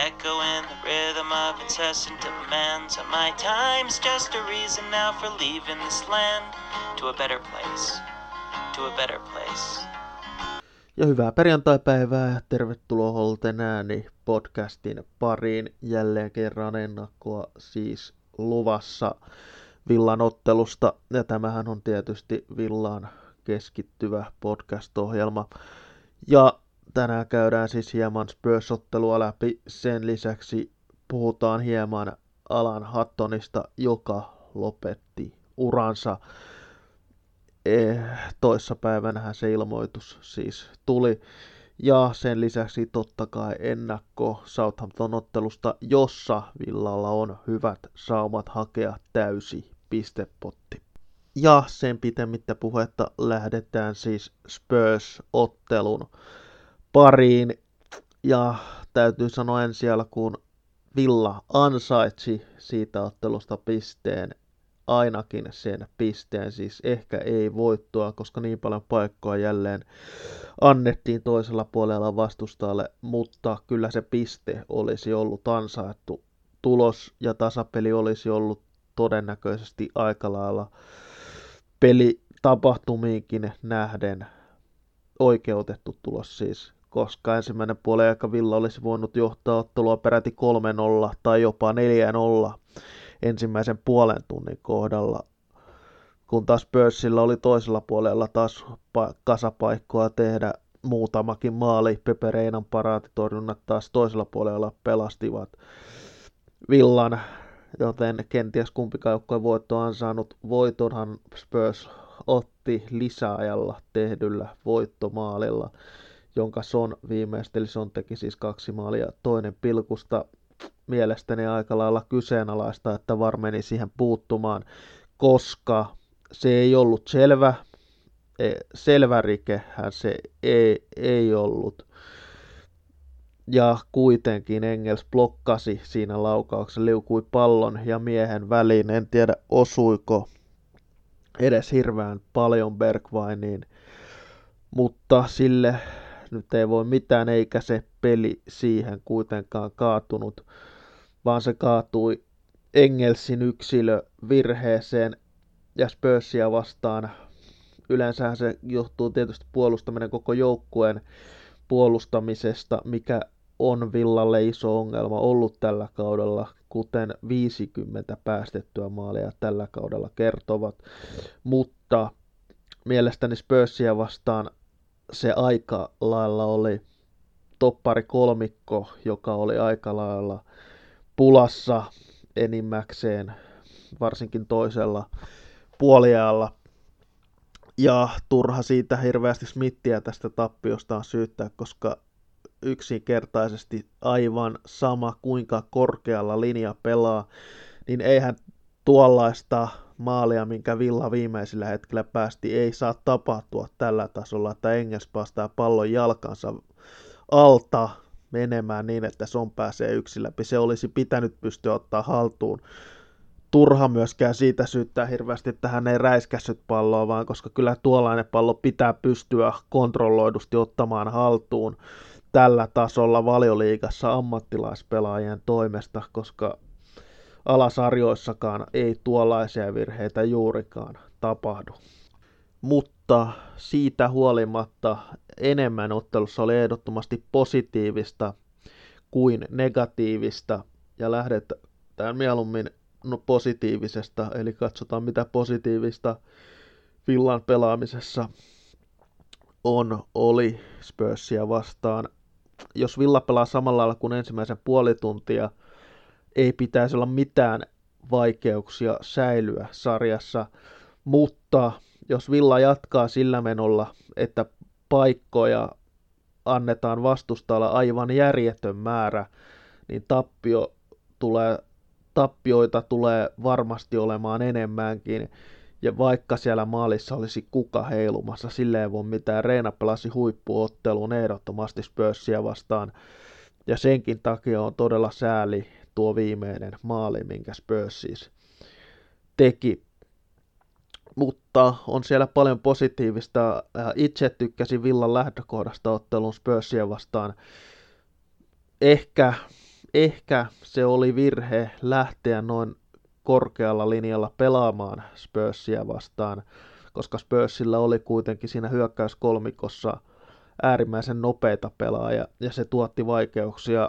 echoing the rhythm of incessant demands on my time's just a reason now for leaving this land to a better place, to a better place. Ja hyvää perjantaipäivää ja tervetuloa Holten ääni podcastin pariin. Jälleen kerran ennakkoa siis luvassa Villan ottelusta. Ja tämähän on tietysti Villaan keskittyvä podcast-ohjelma. Ja tänään käydään siis hieman Spurs-ottelua läpi. Sen lisäksi puhutaan hieman Alan Huttonista, joka lopetti uransa. Toissapäivänähän se ilmoitus siis tuli. Ja sen lisäksi totta kai ennakko Southampton-ottelusta, jossa Villalla on hyvät saumat hakea täysi pistepotti. Ja sen pitemmittä puhetta lähdetään siis Spurs-ottelun pariin. Ja täytyy sanoa ensi alkuun, Villa ansaitsi siitä ottelusta pisteen. Ainakin sen pisteen, siis ehkä ei voittoa, koska niin paljon paikkoa jälleen annettiin toisella puolella vastustajalle, mutta kyllä se piste olisi ollut ansaittu. Tulos ja tasapeli olisi ollut todennäköisesti aika lailla pelitapahtumiinkin nähden oikeutettu tulos siis, koska ensimmäinen puolen aika Villa olisi voinut johtaa ottelua peräti 3-0 tai jopa 4-0 ensimmäisen puolen tunnin kohdalla, kun taas Spursilla oli toisella puolella taas kasapaikkoa tehdä muutamakin maali. Pepe Reinan paraatitorjunnat taas toisella puolella pelastivat Villan, joten kenties kumpikaan joukkue voitto ansainnut. Voitonhan Spurs otti lisäajalla tehdyllä voittomaalilla, jonka Son viimeisteli. Son teki siis 2 maalia, toinen pilkusta. Mielestäni aika lailla kyseenalaista, että VAR meni siihen puuttumaan, koska se ei ollut selvä rikehän se ei ollut. Ja kuitenkin Engels blokkasi siinä laukauksessa, liukui pallon ja miehen väliin. En tiedä osuiko edes hirveän paljon Bergwijniin, mutta sille nyt ei voi mitään, eikä se peli siihen kuitenkaan kaatunut, vaan se kaatui Engelsin yksilövirheeseen ja Spursia vastaan. Yleensähän se johtuu tietysti puolustaminen koko joukkueen puolustamisesta, mikä on Villalle iso ongelma ollut tällä kaudella, kuten 50 päästettyä maalia tällä kaudella kertovat. Mutta mielestäni Spursia vastaan se aika lailla oli toppari kolmikko, joka oli aika lailla pulassa enimmäkseen, varsinkin toisella puoliajalla. Ja turha siitä hirveästi Smithia tästä tappiostaan syyttää, koska yksinkertaisesti aivan sama kuinka korkealla linja pelaa, niin eihän tuollaista maalia, minkä Villa viimeisellä hetkellä päästi, ei saa tapahtua tällä tasolla, että Engels päästää pallon jalkansa alta menemään niin, että Son pääsee yksin läpi. Se olisi pitänyt pystyä ottaa haltuun. Turha myöskään siitä syyttää hirveästi, että hän ei räiskässyt palloa, vaan koska kyllä tuollainen pallo pitää pystyä kontrolloidusti ottamaan haltuun tällä tasolla Valioliigassa ammattilaispelaajien toimesta, koska alasarjoissakaan ei tuollaisia virheitä juurikaan tapahdu. Mutta siitä huolimatta enemmän ottelussa oli ehdottomasti positiivista kuin negatiivista, ja lähdetään mieluummin positiivisesta, eli katsotaan mitä positiivista Villan pelaamisessa oli Spursia vastaan. Jos Villa pelaa samalla lailla kuin ensimmäisen puolituntia, ei pitäisi olla mitään vaikeuksia säilyä sarjassa, mutta jos Villa jatkaa sillä menolla, että paikkoja annetaan vastustajalle aivan järjetön määrä, niin tappioita tulee varmasti olemaan enemmänkin. Ja vaikka siellä maalissa olisi kuka heilumassa, sille ei voi mitään. Reina pelasi huippuotteluun ehdottomasti Spursia vastaan. Ja senkin takia on todella sääli tuo viimeinen maali, minkä Spurs siis teki. Mutta on siellä paljon positiivista. Itse tykkäsin Villan lähtökohdasta ottelun Spursia vastaan. Ehkä ehkä se oli virhe lähteä noin korkealla linjalla pelaamaan Spursia vastaan, koska Spursilla oli kuitenkin siinä hyökkäyskolmikossa äärimmäisen nopeita pelaajia, ja se tuotti vaikeuksia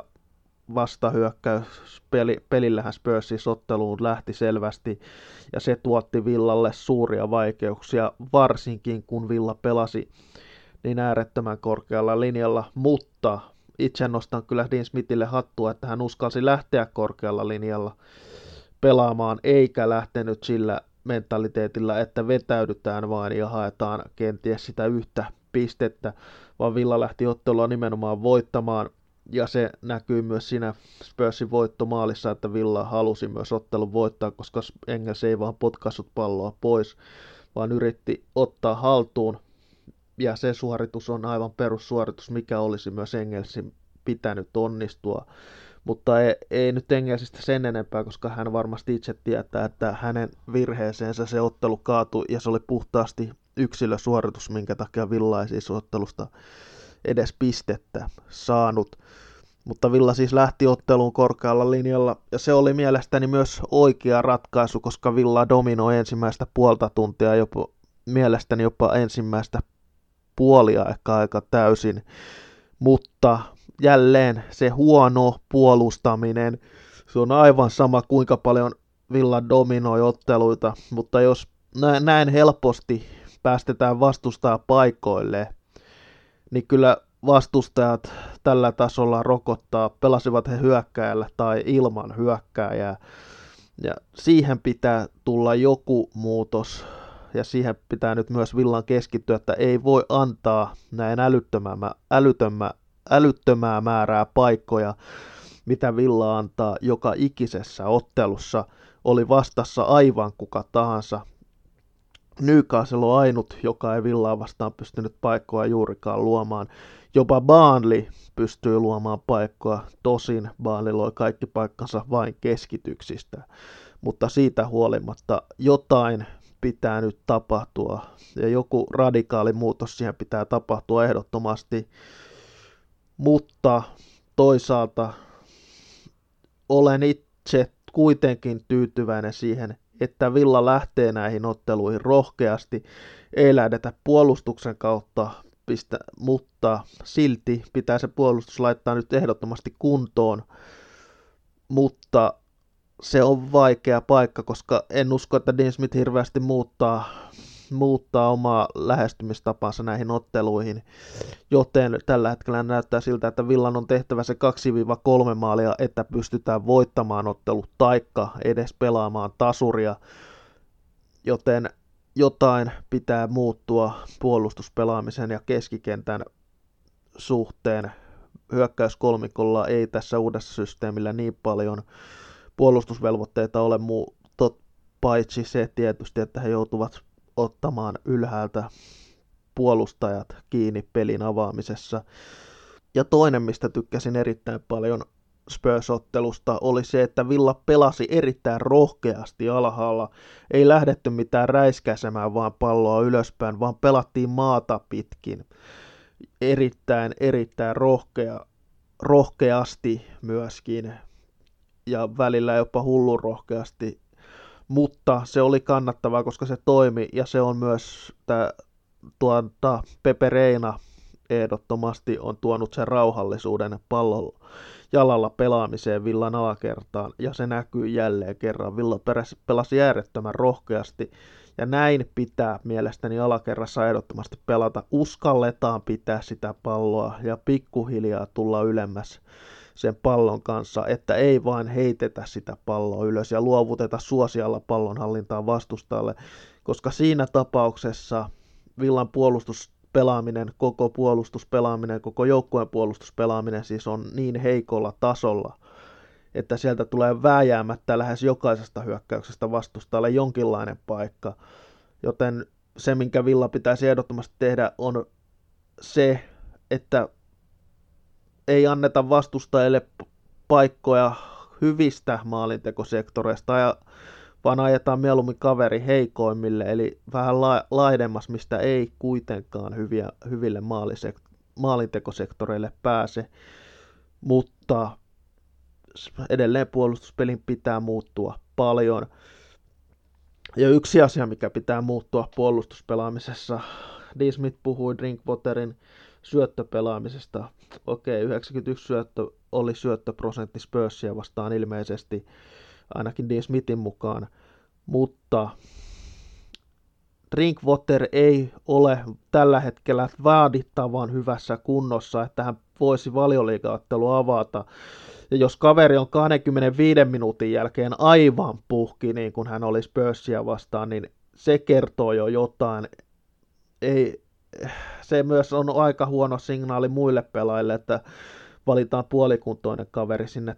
vastahyökkäyspelillähän Spursin otteluun lähti selvästi, ja se tuotti Villalle suuria vaikeuksia, varsinkin kun Villa pelasi niin äärettömän korkealla linjalla, mutta itse nostan kyllä Dean Smithille hattua, että hän uskalsi lähteä korkealla linjalla pelaamaan, eikä lähtenyt sillä mentaliteetillä, että vetäydytään vain ja haetaan kenties sitä yhtä pistettä, vaan Villa lähti ottelua nimenomaan voittamaan, ja se näkyy myös siinä Spursin voittomaalissa, että Villa halusi myös ottelun voittaa, koska Engels ei vaan potkaissut palloa pois, vaan yritti ottaa haltuun, ja se suoritus on aivan perussuoritus, mikä olisi myös Engelsin pitänyt onnistua. Mutta ei nyt Engelsistä sen enempää, koska hän varmasti itse tietää, että hänen virheeseensä se ottelu kaatui, ja se oli puhtaasti yksilösuoritus, minkä takia Villa ei siis ottelusta edes pistettä saanut. Mutta Villa siis lähti otteluun korkealla linjalla, ja se oli mielestäni myös oikea ratkaisu, koska Villa dominoi ensimmäistä puolta tuntia, mielestäni jopa ensimmäistä puoliaikaa aika täysin, mutta jälleen se huono puolustaminen, se on aivan sama kuinka paljon Villa dominoi otteluita, mutta jos näin helposti päästetään vastustaa paikoille, niin kyllä vastustajat tällä tasolla rokottaa, pelasivat he hyökkääjällä tai ilman hyökkääjää, ja siihen pitää tulla joku muutos, ja siihen pitää nyt myös Villan keskittyä, että ei voi antaa näin älyttömää määrää paikkoja, mitä Villa antaa joka ikisessä ottelussa, oli vastassa aivan kuka tahansa. Newcastle on ainut, joka ei Villaa vastaan pystynyt paikkoja juurikaan luomaan. Jopa Burnley pystyy luomaan paikkoja, tosin Burnley loi kaikki paikkansa vain keskityksistä, mutta siitä huolimatta jotain pitää nyt tapahtua, ja joku radikaali muutos siihen pitää tapahtua ehdottomasti, mutta toisaalta olen itse kuitenkin tyytyväinen siihen, että Villa lähtee näihin otteluihin rohkeasti, ei lähdetä puolustuksen kautta, mutta silti pitää se puolustus laittaa nyt ehdottomasti kuntoon, mutta se on vaikea paikka, koska en usko, että Dean Smith hirveästi muuttaa omaa lähestymistapansa näihin otteluihin, joten tällä hetkellä näyttää siltä, että Villan on tehtävä se 2-3 maalia, että pystytään voittamaan ottelu taikka edes pelaamaan tasuria, joten jotain pitää muuttua puolustuspelaamisen ja keskikentän suhteen. Hyökkäyskolmikolla ei tässä uudessa systeemillä niin paljon puolustusvelvoitteita ole paitsi se tietysti, että he joutuvat ottamaan ylhäältä puolustajat kiinni pelin avaamisessa. Ja toinen, mistä tykkäsin erittäin paljon Spurs-ottelusta, oli se, että Villa pelasi erittäin rohkeasti alhaalla. Ei lähdetty mitään räiskäisemään vaan palloa ylöspäin, vaan pelattiin maata pitkin. Erittäin rohkeasti myöskin, ja välillä jopa hullun rohkeasti, mutta se oli kannattavaa, koska se toimi, ja se on myös Pepe Reina ehdottomasti on tuonut sen rauhallisuuden pallon jalalla pelaamiseen Villan alakertaan, ja se näkyy jälleen kerran. Villa pelasi äärettömän rohkeasti, ja näin pitää mielestäni alakerrassa ehdottomasti pelata. Uskalletaan pitää sitä palloa ja pikkuhiljaa tulla ylemmäs sen pallon kanssa, että ei vain heitetä sitä palloa ylös ja luovuteta suosialla pallonhallintaa vastustajalle, koska siinä tapauksessa Villan puolustuspelaaminen, koko joukkueen puolustuspelaaminen siis on niin heikolla tasolla, että sieltä tulee vääjäämättä lähes jokaisesta hyökkäyksestä vastustajalle jonkinlainen paikka, joten se, minkä Villa pitäisi ehdottomasti tehdä, on se, että ei anneta vastustajille paikkoja hyvistä maalintekosektoreista, vaan ajetaan mieluummin kaveri heikoimmille, eli vähän laidemmas, mistä ei kuitenkaan hyville maalintekosektoreille pääse, mutta edelleen puolustuspelin pitää muuttua paljon. Ja yksi asia, mikä pitää muuttua puolustuspelaamisessa, D. Smith puhui Drinkwaterin syöttöpelaamisesta. Okei, 91 syöttö oli syöttöprosentti Spursia vastaan ilmeisesti, ainakin D. Smithin mukaan, mutta Drinkwater ei ole tällä hetkellä vaadittavan hyvässä kunnossa, että hän voisi Valioliigaottelua avata. Ja jos kaveri on 25 minuutin jälkeen aivan puhki, niin kuin hän oli Spursia vastaan, niin se kertoo jo jotain. Se myös on aika huono signaali muille pelaajille, että valitaan puolikuntoinen kaveri sinne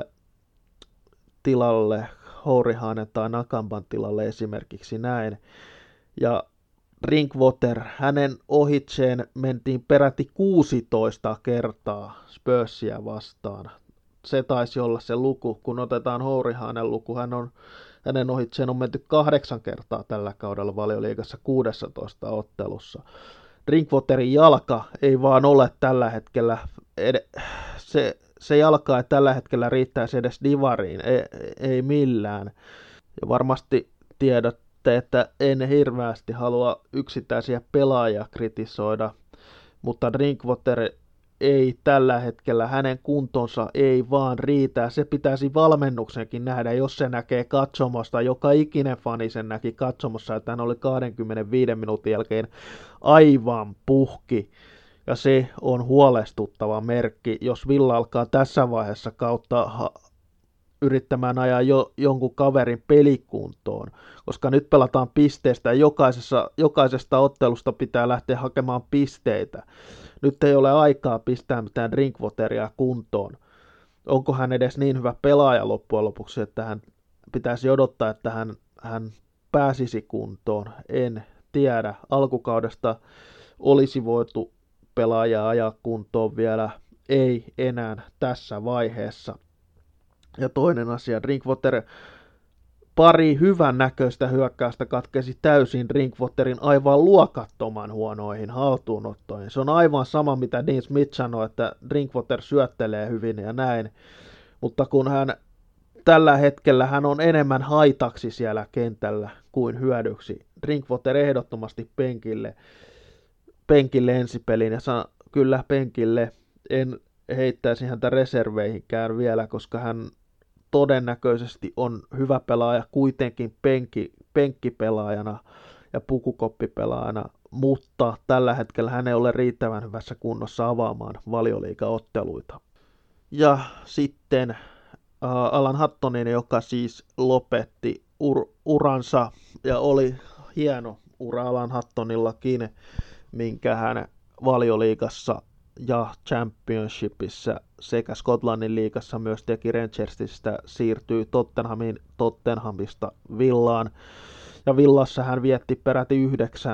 tilalle Hourihanen tai Nakamban tilalle esimerkiksi näin. Ja Drinkwater, hänen ohitseen mentiin peräti 16 kertaa Spursia vastaan. Se taisi olla se luku, kun otetaan Hourihanen luku, hänen ohitseen on menty 8 kertaa tällä kaudella Valioliigassa 16 ottelussa. Drinkwaterin jalka ei vaan ole tällä hetkellä, se jalka ei tällä hetkellä riittäisi edes divariin, ei millään. Ja varmasti tiedätte, että en hirveästi halua yksittäisiä pelaajia kritisoida, mutta Drinkwater ei tällä hetkellä, hänen kuntonsa ei vaan riitä. Se pitäisi valmennuksenkin nähdä, jos se näkee katsomosta. Joka ikinen fani sen näki katsomossa, että hän oli 25 minuutin jälkeen aivan puhki. Ja se on huolestuttava merkki, jos Villa alkaa tässä vaiheessa kautta yrittämään ajaa jonkun kaverin pelikuntoon, koska nyt pelataan pisteistä ja jokaisesta ottelusta pitää lähteä hakemaan pisteitä. Nyt ei ole aikaa pistää mitään Drinkwateria kuntoon. Onko hän edes niin hyvä pelaaja loppujen lopuksi, että hän pitäisi odottaa, että hän pääsisi kuntoon? En tiedä. Alkukaudesta olisi voitu pelaajaa ajaa kuntoon vielä, ei enää tässä vaiheessa. Ja toinen asia, Drinkwater, pari hyvän näköistä hyökkäystä katkesi täysin Drinkwaterin aivan luokattoman huonoihin haltuunottoihin. Se on aivan sama, mitä Dean Smith sanoi, että Drinkwater syöttelee hyvin ja näin, mutta kun tällä hetkellä hän on enemmän haitaksi siellä kentällä kuin hyödyksi. Drinkwater ehdottomasti penkille ensipeliin ja kyllä penkille, en heittäisi häntä reserveihinkään vielä, koska hän todennäköisesti on hyvä pelaaja kuitenkin penkkipelaajana ja pukukoppipelaajana, mutta tällä hetkellä hän ei ole riittävän hyvässä kunnossa avaamaan Valioliigaotteluita. Ja sitten Alan Huttonin, joka siis lopetti uransa ja oli hieno ura Alan Huttonillakin, minkä hän Valioliigassa ja Championshipissa sekä Skotlannin liigassa myös teki. Rangersista siirtyi Tottenhamista Villaan. Ja Villassa hän vietti peräti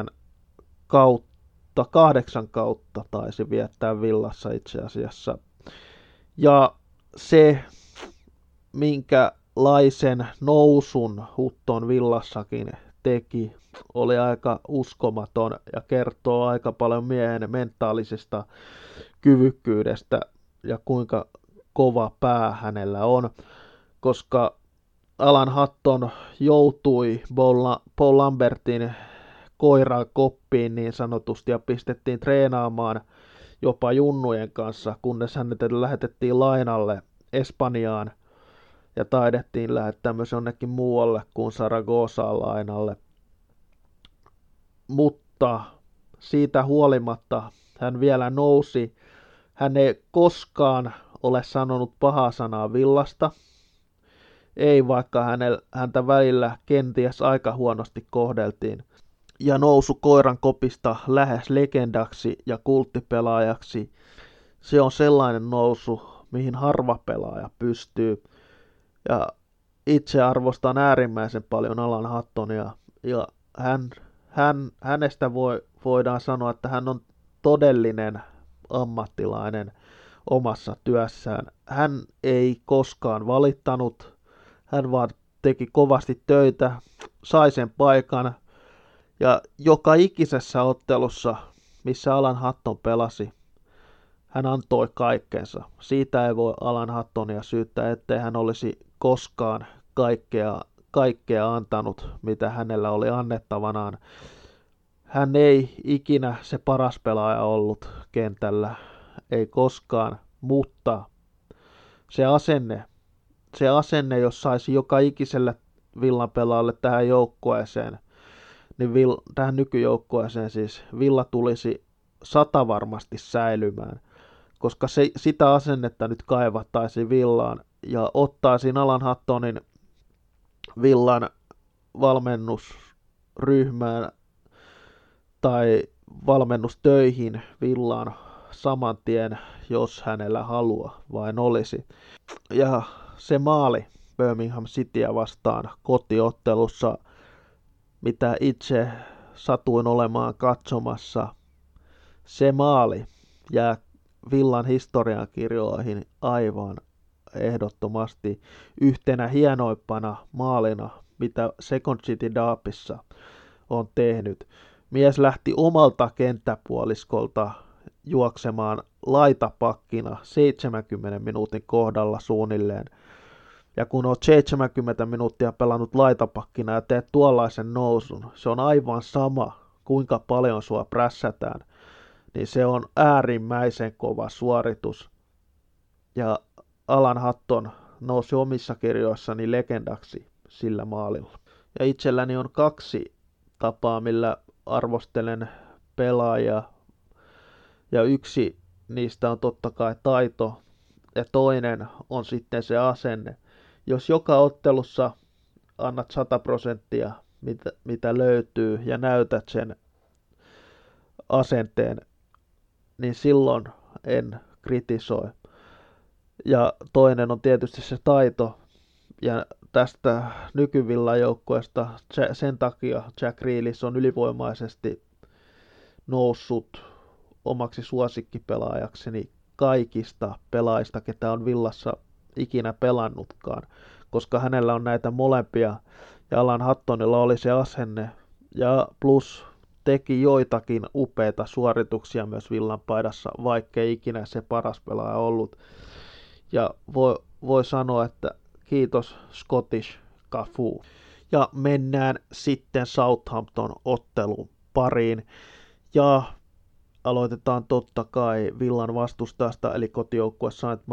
8 kautta taisi viettää Villassa itse asiassa. Ja se, minkälaisen nousun Hutton Villassakin teki, oli aika uskomaton ja kertoo aika paljon miehen mentaalisesta kyvykkyydestä ja kuinka kova pää hänellä on, koska Alan Hutton joutui Paul Lambertin koiran koppiin niin sanotusti ja pistettiin treenaamaan jopa junnujen kanssa, kunnes hänet lähetettiin lainalle Espanjaan ja taidettiin lähettää myös jonnekin muualle kuin Zaragozaan lainalle. Mutta siitä huolimatta hän vielä nousi. Hän ei koskaan ole sanonut pahaa sanaa Villasta. Ei, vaikka häntä välillä kenties aika huonosti kohdeltiin. Ja nousu koiran kopista lähes legendaksi ja kulttipelaajaksi. Se on sellainen nousu, mihin harva pelaaja pystyy. Ja itse arvostan äärimmäisen paljon Alan Huttonia. Ja hänestä voidaan sanoa, että hän on todellinen ammattilainen omassa työssään. Hän ei koskaan valittanut, hän vaan teki kovasti töitä, sai sen paikan ja joka ikisessä ottelussa, missä Alan Hutton pelasi, hän antoi kaikkensa. Siitä ei voi Alan Huttonia syyttää, ettei hän olisi koskaan kaikkea antanut, mitä hänellä oli annettavanaan. Hän ei ikinä se paras pelaaja ollut kentällä, ei koskaan, mutta se asenne, jos saisi joka ikiselle Villan pelaajalle tähän joukkueeseen, niin tähän nykyjoukkueeseen siis Villa tulisi 100 varmasti säilymään, koska sitä asennetta nyt kaivattaisiin Villaan ja ottaisin Alan Huttonin Villan valmennusryhmään tai valmennustöihin Villaan saman tien, jos hänellä halua vain olisi. Ja se maali Birmingham Cityä vastaan kotiottelussa, mitä itse satuin olemaan katsomassa, se maali jää Villan historiankirjoihin aivan ehdottomasti yhtenä hienoimpana maalina, mitä Second City Derbyssä on tehnyt. Mies lähti omalta kenttäpuoliskolta juoksemaan laitapakkina 70 minuutin kohdalla suunnilleen. Ja kun olet 70 minuuttia pelannut laitapakkina ja teet tuollaisen nousun, se on aivan sama, kuinka paljon sua prässätään, niin se on äärimmäisen kova suoritus. Ja Alan Hutton nousi omissa kirjoissani legendaksi sillä maalilla. Ja itselläni on 2 tapaa, millä arvostelen pelaajaa. Ja yksi niistä on totta kai taito, ja toinen on sitten se asenne. Jos joka ottelussa annat 100%, mitä löytyy, ja näytät sen asenteen, niin silloin en kritisoi. Ja toinen on tietysti se taito, ja tästä nykyvillan joukkueesta sen takia Jack Grealish on ylivoimaisesti noussut omaksi suosikkipelaajakseni kaikista pelaajista, ketä on Villassa ikinä pelannutkaan, koska hänellä on näitä molempia, ja Alan Huttonilla oli se asenne, ja plus teki joitakin upeita suorituksia myös Villan paidassa, vaikkei ikinä se paras pelaaja ollut. Ja voi sanoa, että kiitos Scottish Cafu. Ja mennään sitten Southampton-ottelun pariin. Ja aloitetaan totta kai Villan vastustajasta, eli kotijoukkue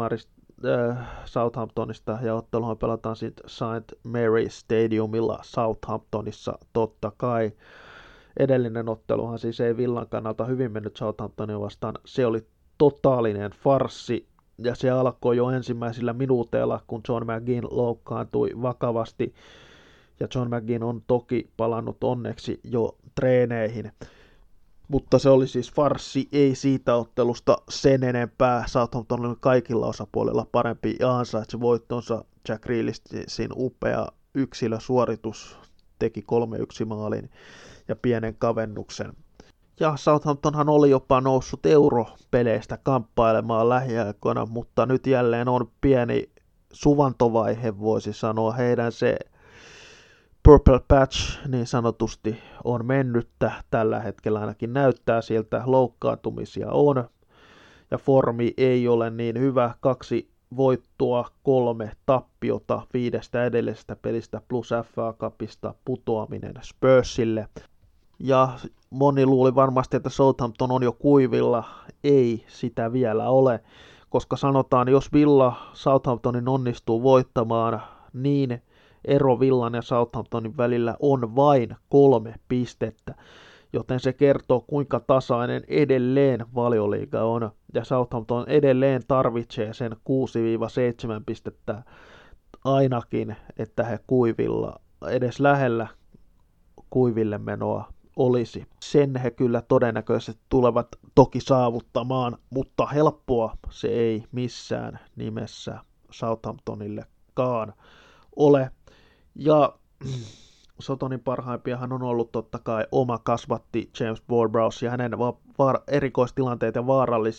Southamptonista, ja otteluhan pelataan sitten St. Mary Stadiumilla Southamptonissa totta kai. Edellinen otteluhan siis ei Villan kannalta hyvin mennyt Southamptonia vastaan. Se oli totaalinen farssi, ja se alkoi jo ensimmäisillä minuuteilla, kun John McGinn loukkaantui vakavasti. Ja John McGinn on toki palannut onneksi jo treeneihin. Mutta se oli siis farssi, ei siitä ottelusta sen enempää. Southampton oli kaikilla osapuolilla parempi ja ansaitsi voittonsa. Jack Grealishin upea yksilösuoritus teki 3-1 maalin ja pienen kavennuksen. Ja Southamptonhan oli jopa noussut europeleistä kamppailemaan lähiaikoina, mutta nyt jälleen on pieni suvantovaihe, voisi sanoa. Heidän se Purple Patch niin sanotusti on mennyttä, tällä hetkellä ainakin näyttää siltä, loukkaantumisia on, ja formi ei ole niin hyvä, 2 voittoa, 3 tappiota 5 edellisestä pelistä plus FA Cupista putoaminen Spursille. Ja moni luuli varmasti, että Southampton on jo kuivilla, ei sitä vielä ole, koska sanotaan, jos Villa Southamptonin onnistuu voittamaan, niin ero Villan ja Southamptonin välillä on vain 3 pistettä, joten se kertoo, kuinka tasainen edelleen Valioliiga on, ja Southampton edelleen tarvitsee sen 6-7 pistettä ainakin, että he kuivilla, edes lähellä kuiville menoa olisi. Sen he kyllä todennäköisesti tulevat toki saavuttamaan, mutta helppoa se ei missään nimessä Southamptonillekaan ole. Ja Sotonin parhaimpiahan on ollut totta kai oma kasvatti James Ward-Prowse ja hänen erikoistilanteet ja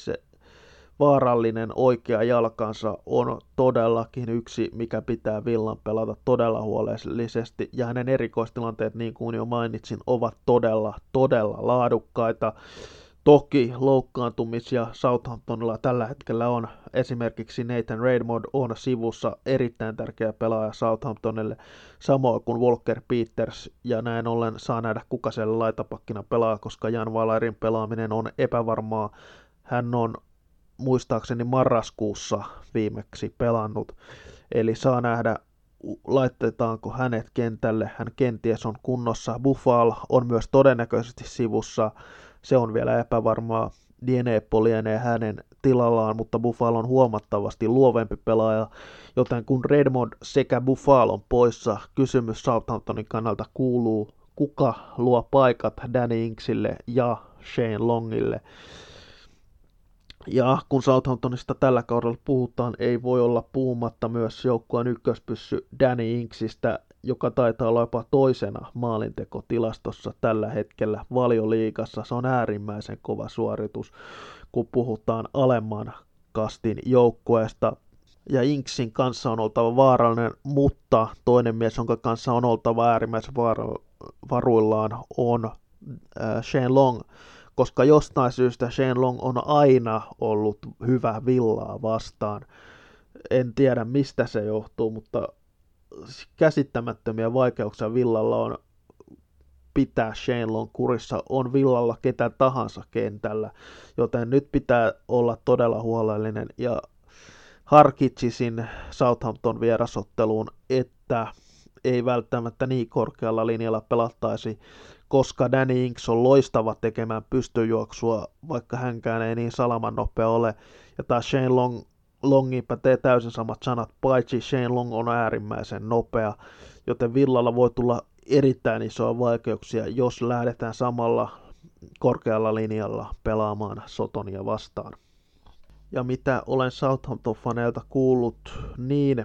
vaarallinen oikea jalkansa on todellakin yksi, mikä pitää Villan pelata todella huolellisesti, ja hänen erikoistilanteet, niin kuin jo mainitsin, ovat todella laadukkaita. Toki loukkaantumisia Southamptonilla tällä hetkellä on. Esimerkiksi Nathan Redmond on sivussa, erittäin tärkeä pelaaja Southamptonille, samoin kuin Walker Peters, ja näin ollen saa nähdä kuka siellä laitapakkina pelaa, koska Jan Valerin pelaaminen on epävarmaa. Hän on muistaakseni marraskuussa viimeksi pelannut, eli saa nähdä laitetaanko hänet kentälle, hän kenties on kunnossa. Buffal on myös todennäköisesti sivussa, se on vielä epävarmaa. Dieneeppo lienee hänen tilallaan, mutta Buffal on huomattavasti luovempi pelaaja, joten kun Redmond sekä Buffal on poissa, kysymys Southamptonin kannalta kuuluu, kuka luo paikat Danny Ingsille ja Shane Longille. Ja kun Southamptonista tällä kaudella puhutaan, ei voi olla puhumatta myös joukkueen ykköspyssy Danny Ingsistä, joka taitaa olla jopa toisena maalintekotilastossa tällä hetkellä Valioliigassa. Se on äärimmäisen kova suoritus, kun puhutaan alemman kastin joukkueesta. Ja Inksin kanssa on oltava vaarallinen, mutta toinen mies, jonka kanssa on oltava äärimmäisen varuillaan, on Shane Long, koska jostain syystä Shane Long on aina ollut hyvä Villaa vastaan. En tiedä mistä se johtuu, mutta käsittämättömiä vaikeuksia Villalla on pitää Shane Long kurissa, on Villalla ketä tahansa kentällä, joten nyt pitää olla todella huolellinen ja harkitsisin Southampton vierasotteluun, että ei välttämättä niin korkealla linjalla pelattaisi, koska Danny Ings on loistava tekemään pystyjuoksua, vaikka hänkään ei niin salaman nopea ole, ja taas Shane Longin pätee täysin samat sanat, paitsi Shane Long on äärimmäisen nopea, joten Villalla voi tulla erittäin isoja vaikeuksia, jos lähdetään samalla korkealla linjalla pelaamaan Sotonia vastaan. Ja mitä olen Southampton-faneilta kuullut, niin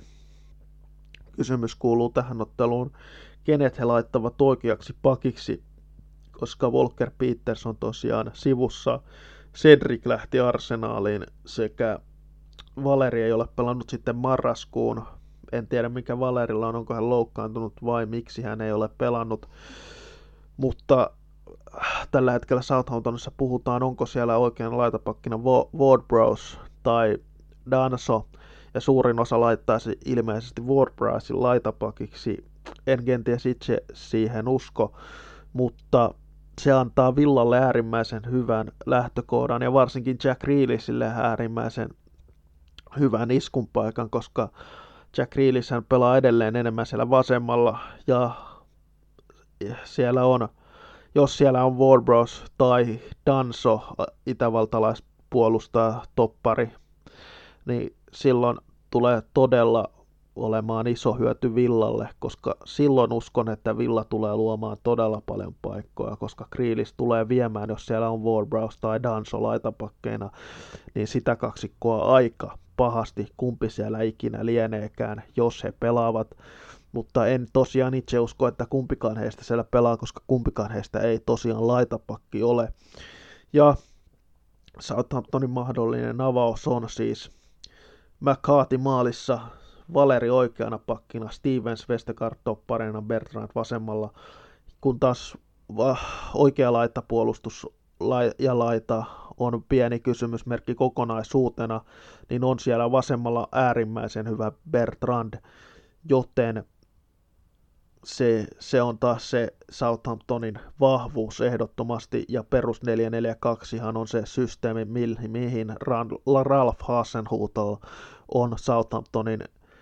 kysymys kuuluu tähän otteluun, kenet he laittavat oikeaksi pakiksi, koska Walker Peters on tosiaan sivussa, Cedric lähti Arsenaaliin sekä Valeri ei ole pelannut sitten marraskuun. En tiedä mikä Valerilla on, onko hän loukkaantunut vai miksi hän ei ole pelannut, mutta tällä hetkellä Southamptonissa puhutaan, onko siellä oikein laitapakkina Ward-Prowse tai Danso, ja suurin osa laittaisi ilmeisesti Ward-Prowsen laitapakiksi. En kenties itse siihen usko, mutta se antaa Villalle äärimmäisen hyvän lähtökohdan ja varsinkin Jack Grealishille äärimmäisen hyvän iskun paikan, koska Jack Grealish pelaa edelleen enemmän siellä vasemmalla ja siellä on, jos siellä on Ward-Prowse tai Danso, itävaltalaispuolustaja toppari, niin silloin tulee todella olemaan iso hyöty Villalle, koska silloin uskon, että Villa tulee luomaan todella paljon paikkoja, koska Grealish tulee viemään, jos siellä on Ward-Prowse tai Danso laitapakkeina, niin sitä kaksikkoa aika pahasti, kumpi siellä ikinä lieneekään, jos he pelaavat, mutta en tosiaan itse usko, että kumpikaan heistä siellä pelaa, koska kumpikaan heistä ei tosiaan laitapakki ole. Ja Southamptonin mahdollinen avaus on siis McCarthy maalissa, Valeri oikeana pakkina, Stevens Vestergaard topparina, Bertrand vasemmalla, kun taas oikea laitapuolustus ja laita on pieni kysymysmerkki kokonaisuutena, niin on siellä vasemmalla äärimmäisen hyvä Bertrand, joten se on taas se Southamptonin vahvuus ehdottomasti, ja perus 4-4-2 on se systeemi, mihin Ralph Hasenhutel on Southamptonin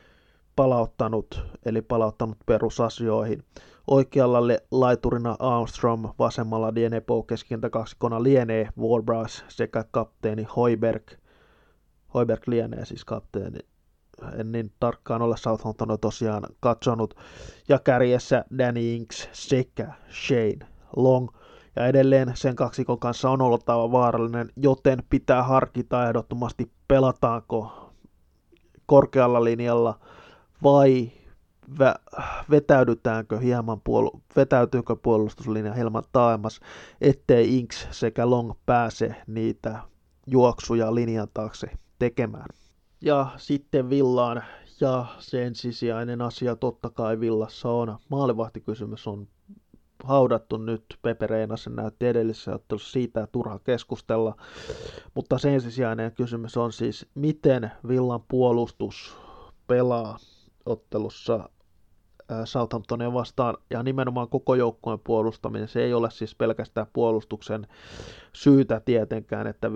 palauttanut perusasioihin. Oikealla laiturina Armstrong, vasemmalla Dienepo, keskintä kaksikona lienee Ward-Prowse sekä kapteeni Højbjerg. Højbjerg lienee siis kapteeni. En niin tarkkaan ole Southamptonia tosiaan katsonut. Ja kärjessä Danny Ings sekä Shane Long. Ja edelleen sen kaksikon kanssa on oltava vaarallinen, joten pitää harkita ehdottomasti, pelataanko korkealla linjalla vai vetäytyykö puolustuslinja hieman taaemmas, ettei Ings sekä Long pääse niitä juoksuja linjan taakse tekemään. Ja sitten Villaan, ja se ensisijainen asia totta kai Villassa on, maalivahtikysymys on haudattu nyt. Pepe Reinasen näytti edellisessä ottelussa, siitä turha keskustella. Mutta se ensisijainen kysymys on siis, miten Villan puolustus pelaa ottelussa Southamptonia vastaan, ja nimenomaan koko joukkueen puolustaminen. Se ei ole siis pelkästään puolustuksen syytä tietenkään, että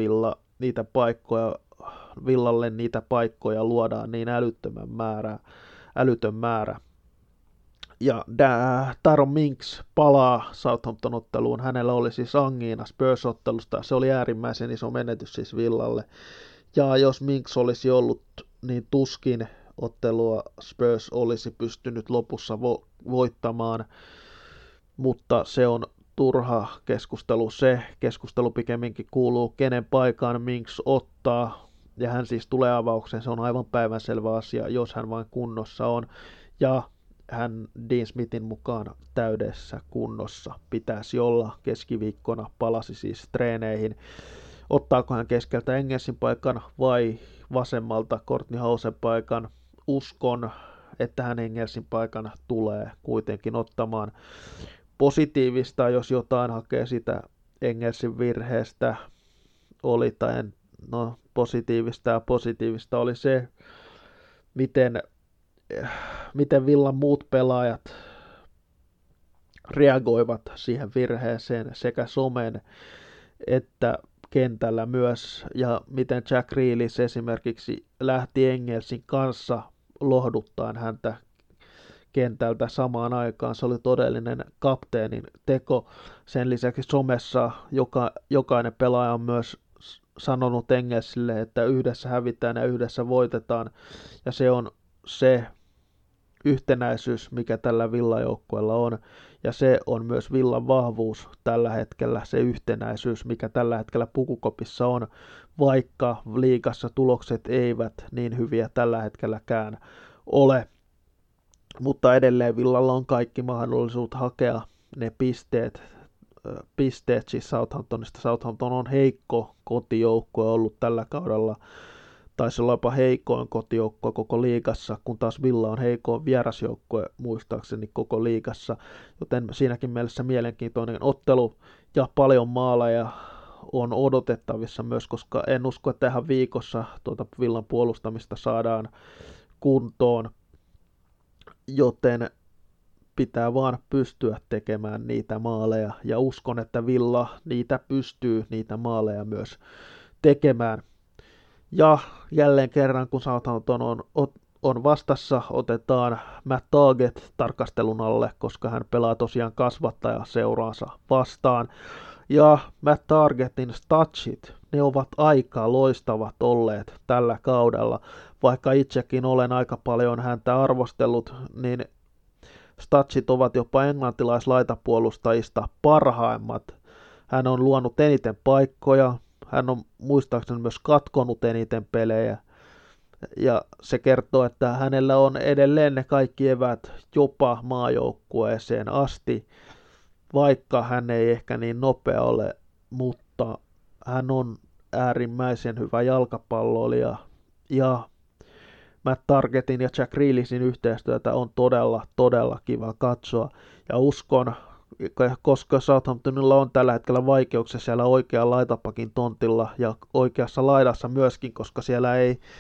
Villalle niitä paikkoja luodaan niin älytön määrä. Ja Tyrone Mings palaa Southampton-otteluun. Hänellä oli siis angiina Spurs-ottelusta. Se oli äärimmäisen iso menetys siis Villalle. Ja jos Mings olisi ollut, niin tuskin ottelua Spurs olisi pystynyt lopussa voittamaan. Mutta se on turha keskustelu. Se keskustelu pikemminkin kuuluu, kenen paikan Mings ottaa. Ja hän siis tulee avaukseen. Se on aivan päivänselvä asia, jos hän vain kunnossa on. Ja hän Dean Smithin mukaan täydessä kunnossa pitäisi olla. Keskiviikkona palasi siis treeneihin. Ottaako hän keskeltä Engelsin paikan vai vasemmalta Courtney Housen paikan? Uskon, että hän Engelsin paikan tulee kuitenkin ottamaan. Positiivista, jos jotain hakee sitä Engelsin virheestä oli, positiivista oli se, miten Villan muut pelaajat reagoivat siihen virheeseen sekä somen että kentällä myös, ja miten Jack Grealish esimerkiksi lähti Engelsin kanssa lohduttaen häntä kentältä samaan aikaan. Se oli todellinen kapteenin teko. Sen lisäksi somessa jokainen pelaaja on myös sanonut Engelsille, että yhdessä hävitään ja yhdessä voitetaan, ja se on se yhtenäisyys, mikä tällä Villa-joukkueella on, ja se on myös Villan vahvuus tällä hetkellä, se yhtenäisyys, mikä tällä hetkellä Pukukopissa on, vaikka liigassa tulokset eivät niin hyviä tällä hetkelläkään ole. Mutta edelleen Villalla on kaikki mahdollisuudet hakea ne pisteet siis Southamptonista. Southampton on heikko kotijoukkue ollut tällä kaudella, taisi olla jopa heikoin kotijoukkue koko liigassa, kun taas Villa on heikoin vierasjoukkue muistaakseni koko liigassa, joten siinäkin mielessä mielenkiintoinen ottelu ja paljon maaleja on odotettavissa myös, koska en usko, että tähän viikossa Villan puolustamista saadaan kuntoon, joten pitää vaan pystyä tekemään niitä maaleja, ja uskon, että Villa niitä maaleja myös tekemään. Ja jälleen kerran, kun Southampton on vastassa, otetaan Matt Targett tarkastelun alle, koska hän pelaa tosiaan kasvattajaseuraansa vastaan. Ja Matt Targettin statsit, ne ovat aika loistavat olleet tällä kaudella. Vaikka itsekin olen aika paljon häntä arvostellut, niin statsit ovat jopa englantilaislaitapuolustajista parhaimmat. Hän on luonut eniten paikkoja, hän on muistaakseni myös katkonut eniten pelejä, ja se kertoo, että hänellä on edelleen ne kaikki eväät jopa maajoukkueeseen asti, vaikka hän ei ehkä niin nopea ole, mutta hän on äärimmäisen hyvä jalkapalloilija, ja Matt Targettin ja Jack Grealishin yhteistyötä on todella kiva katsoa, ja uskon, koska Southamptonilla on tällä hetkellä vaikeuksia siellä oikean laitapakin tontilla ja oikeassa laidassa myöskin, koska siellä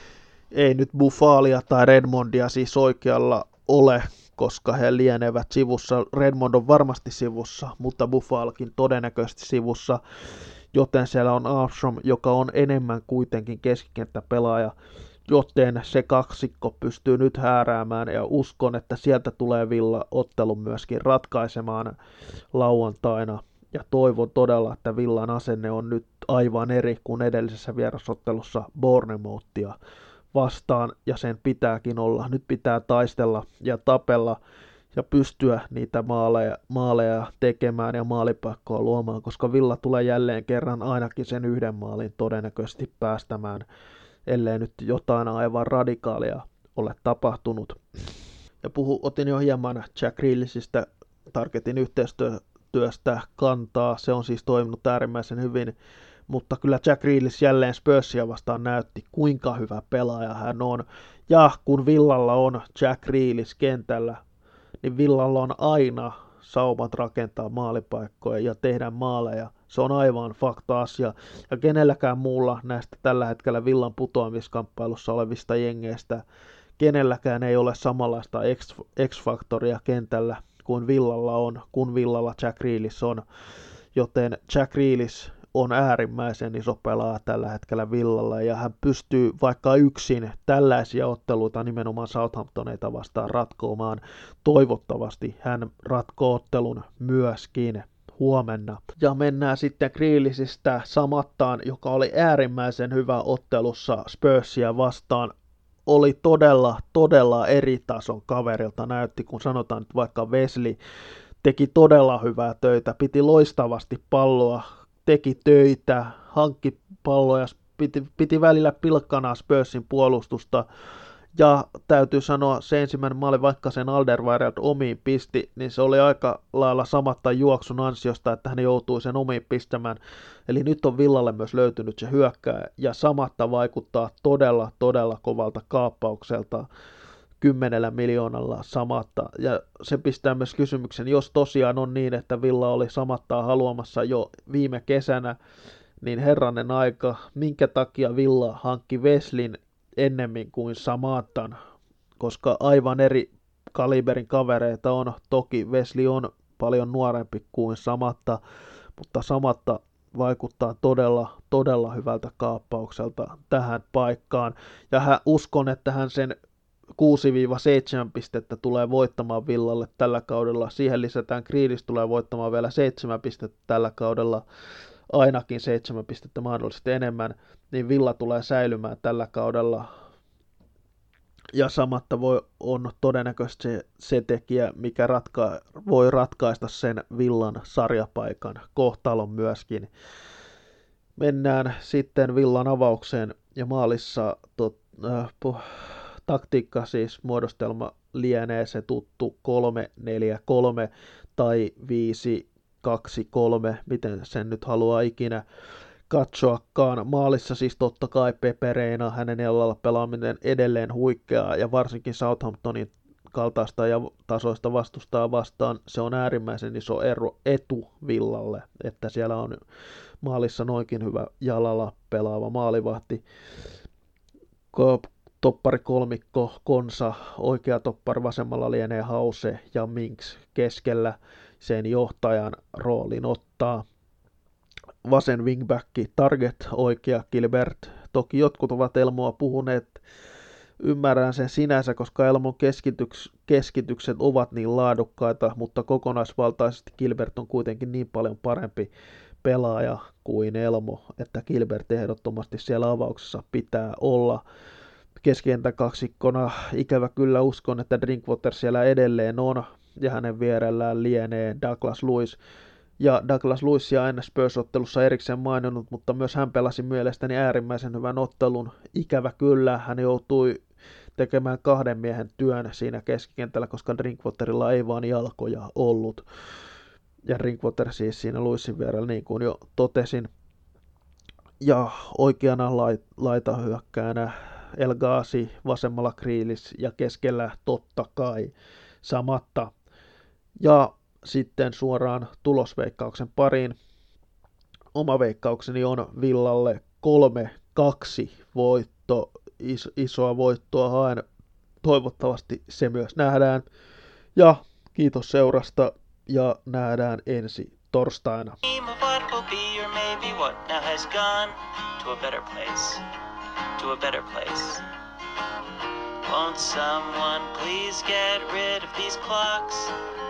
ei nyt Buffalia tai Redmondia siis oikealla ole, koska he lienevät sivussa. Redmond on varmasti sivussa, mutta Buffalkin todennäköisesti sivussa, joten siellä on Armstrong, joka on enemmän kuitenkin keskikenttäpelaaja, joten se kaksikko pystyy nyt hääräämään, ja uskon, että sieltä tulee Villa ottelun myöskin ratkaisemaan lauantaina, ja toivon todella, että Villan asenne on nyt aivan eri kuin edellisessä vierasottelussa Bournemouthia vastaan, ja sen pitääkin olla. Nyt pitää taistella ja tapella ja pystyä niitä maaleja tekemään ja maalipaikkoa luomaan, koska Villa tulee jälleen kerran ainakin sen yhden maalin todennäköisesti päästämään, ellei nyt jotain aivan radikaalia ole tapahtunut. Ja otin jo hieman Jack Grealishistä, Targetin yhteistyöstä kantaa, se on siis toiminut äärimmäisen hyvin, mutta kyllä Jack Grealish jälleen Spursia vastaan näytti, kuinka hyvä pelaaja hän on. Ja kun Villalla on Jack Grealish kentällä, niin Villalla on aina saumat rakentaa maalipaikkoja ja tehdä maaleja. Se on aivan fakta-asia. Ja kenelläkään muulla näistä tällä hetkellä Villan putoamiskamppailussa olevista jengeistä, kenelläkään ei ole samanlaista X-faktoria kentällä kuin Villalla on, kun Villalla Jack Grealish on. Joten Jack Grealish on äärimmäisen iso pelaaja tällä hetkellä Villalla, ja hän pystyy vaikka yksin tällaisia otteluita nimenomaan Southamptoneita vastaan ratkomaan. Toivottavasti hän ratkoo ottelun myöskin huomenna. Ja mennään sitten Grealishistä Samattaan, joka oli äärimmäisen hyvä ottelussa Spursia vastaan. Oli todella eri tason kaverilta näytti, kun sanotaan, että vaikka Wesley teki todella hyvää töitä, piti loistavasti palloa, teki töitä, hankki palloja, piti välillä pilkkanaa Spursin puolustusta. Ja täytyy sanoa, se ensimmäinen maali, vaikka sen Alderweireld omiin pisti, niin se oli aika lailla Samattan juoksun ansiosta, että hän joutui sen omiin pistämään. Eli nyt on Villalle myös löytynyt se hyökkääjä, ja Samatta vaikuttaa todella kovalta kaappaukselta 10 miljoonalla Samatta. Ja se pistää myös kysymyksen, jos tosiaan on niin, että Villa oli Samattaa haluamassa jo viime kesänä, niin herranen aika, minkä takia Villa hankki Wesleyn ennemmin kuin Samattan, koska aivan eri kaliberin kavereita on. Toki Wesley on paljon nuorempi kuin Samatta, mutta Samatta vaikuttaa todella hyvältä kaappaukselta tähän paikkaan. Ja uskon, että hän sen 6-7 pistettä tulee voittamaan Villalle tällä kaudella. Siihen lisätään Grealish tulee voittamaan vielä 7 pistettä tällä kaudella, ainakin 7 pistettä mahdollisesti enemmän, niin Villa tulee säilymään tällä kaudella. Ja Samatta on todennäköisesti se tekijä, mikä voi ratkaista sen Villan sarjapaikan kohtalon myöskin. Mennään sitten Villan avaukseen, ja maalissa taktiikka siis muodostelma lienee se tuttu 3-4-3 tai 5-2-3, miten sen nyt haluaa ikinä katsoakaan. Maalissa siis totta kai Pepe Reina, hänen jalalla pelaaminen edelleen huikeaa, ja varsinkin Southamptonin kaltaista ja tasoista vastustaa vastaan se on äärimmäisen iso etu Villalle, että siellä on maalissa noinkin hyvä jalalla pelaava maalivahti. Toppari kolmikko, Konsa, oikea toppari, vasemmalla lienee Hause ja Minks keskellä sen johtajan roolin ottaa. Vasen wingbacki, Target, oikea Gilbert. Toki jotkut ovat Elmoa puhuneet, ymmärrän sen sinänsä, koska Elmon keskitykset ovat niin laadukkaita, mutta kokonaisvaltaisesti Gilbert on kuitenkin niin paljon parempi pelaaja kuin Elmo, että Gilbert ehdottomasti siellä avauksessa pitää olla. Keskentän kaksikkona ikävä kyllä uskon, että Drinkwater siellä edelleen on, ja hänen vierellään lienee Douglas Luiz. Ja Douglas Luizia en Spurs-ottelussa erikseen maininnut, mutta myös hän pelasi mielestäni äärimmäisen hyvän ottelun. Ikävä kyllä, hän joutui tekemään 2 miehen työn siinä keskikentällä, koska Drinkwaterilla ei vaan jalkoja ollut. Ja Drinkwater siis siinä Luizin vierellä, niin kuin jo totesin. Ja oikeana laitahyökkäänä El Ghazi, vasemmalla Grealish ja keskellä totta kai Samatta. Ja sitten suoraan tulosveikkauksen pariin. Oma veikkaukseni on Villalle 3-2 voitto, isoa voittoa haen. Toivottavasti se myös nähdään. Ja kiitos seurasta ja nähdään ensi torstaina. To a better place. Won't someone please get rid of these clocks?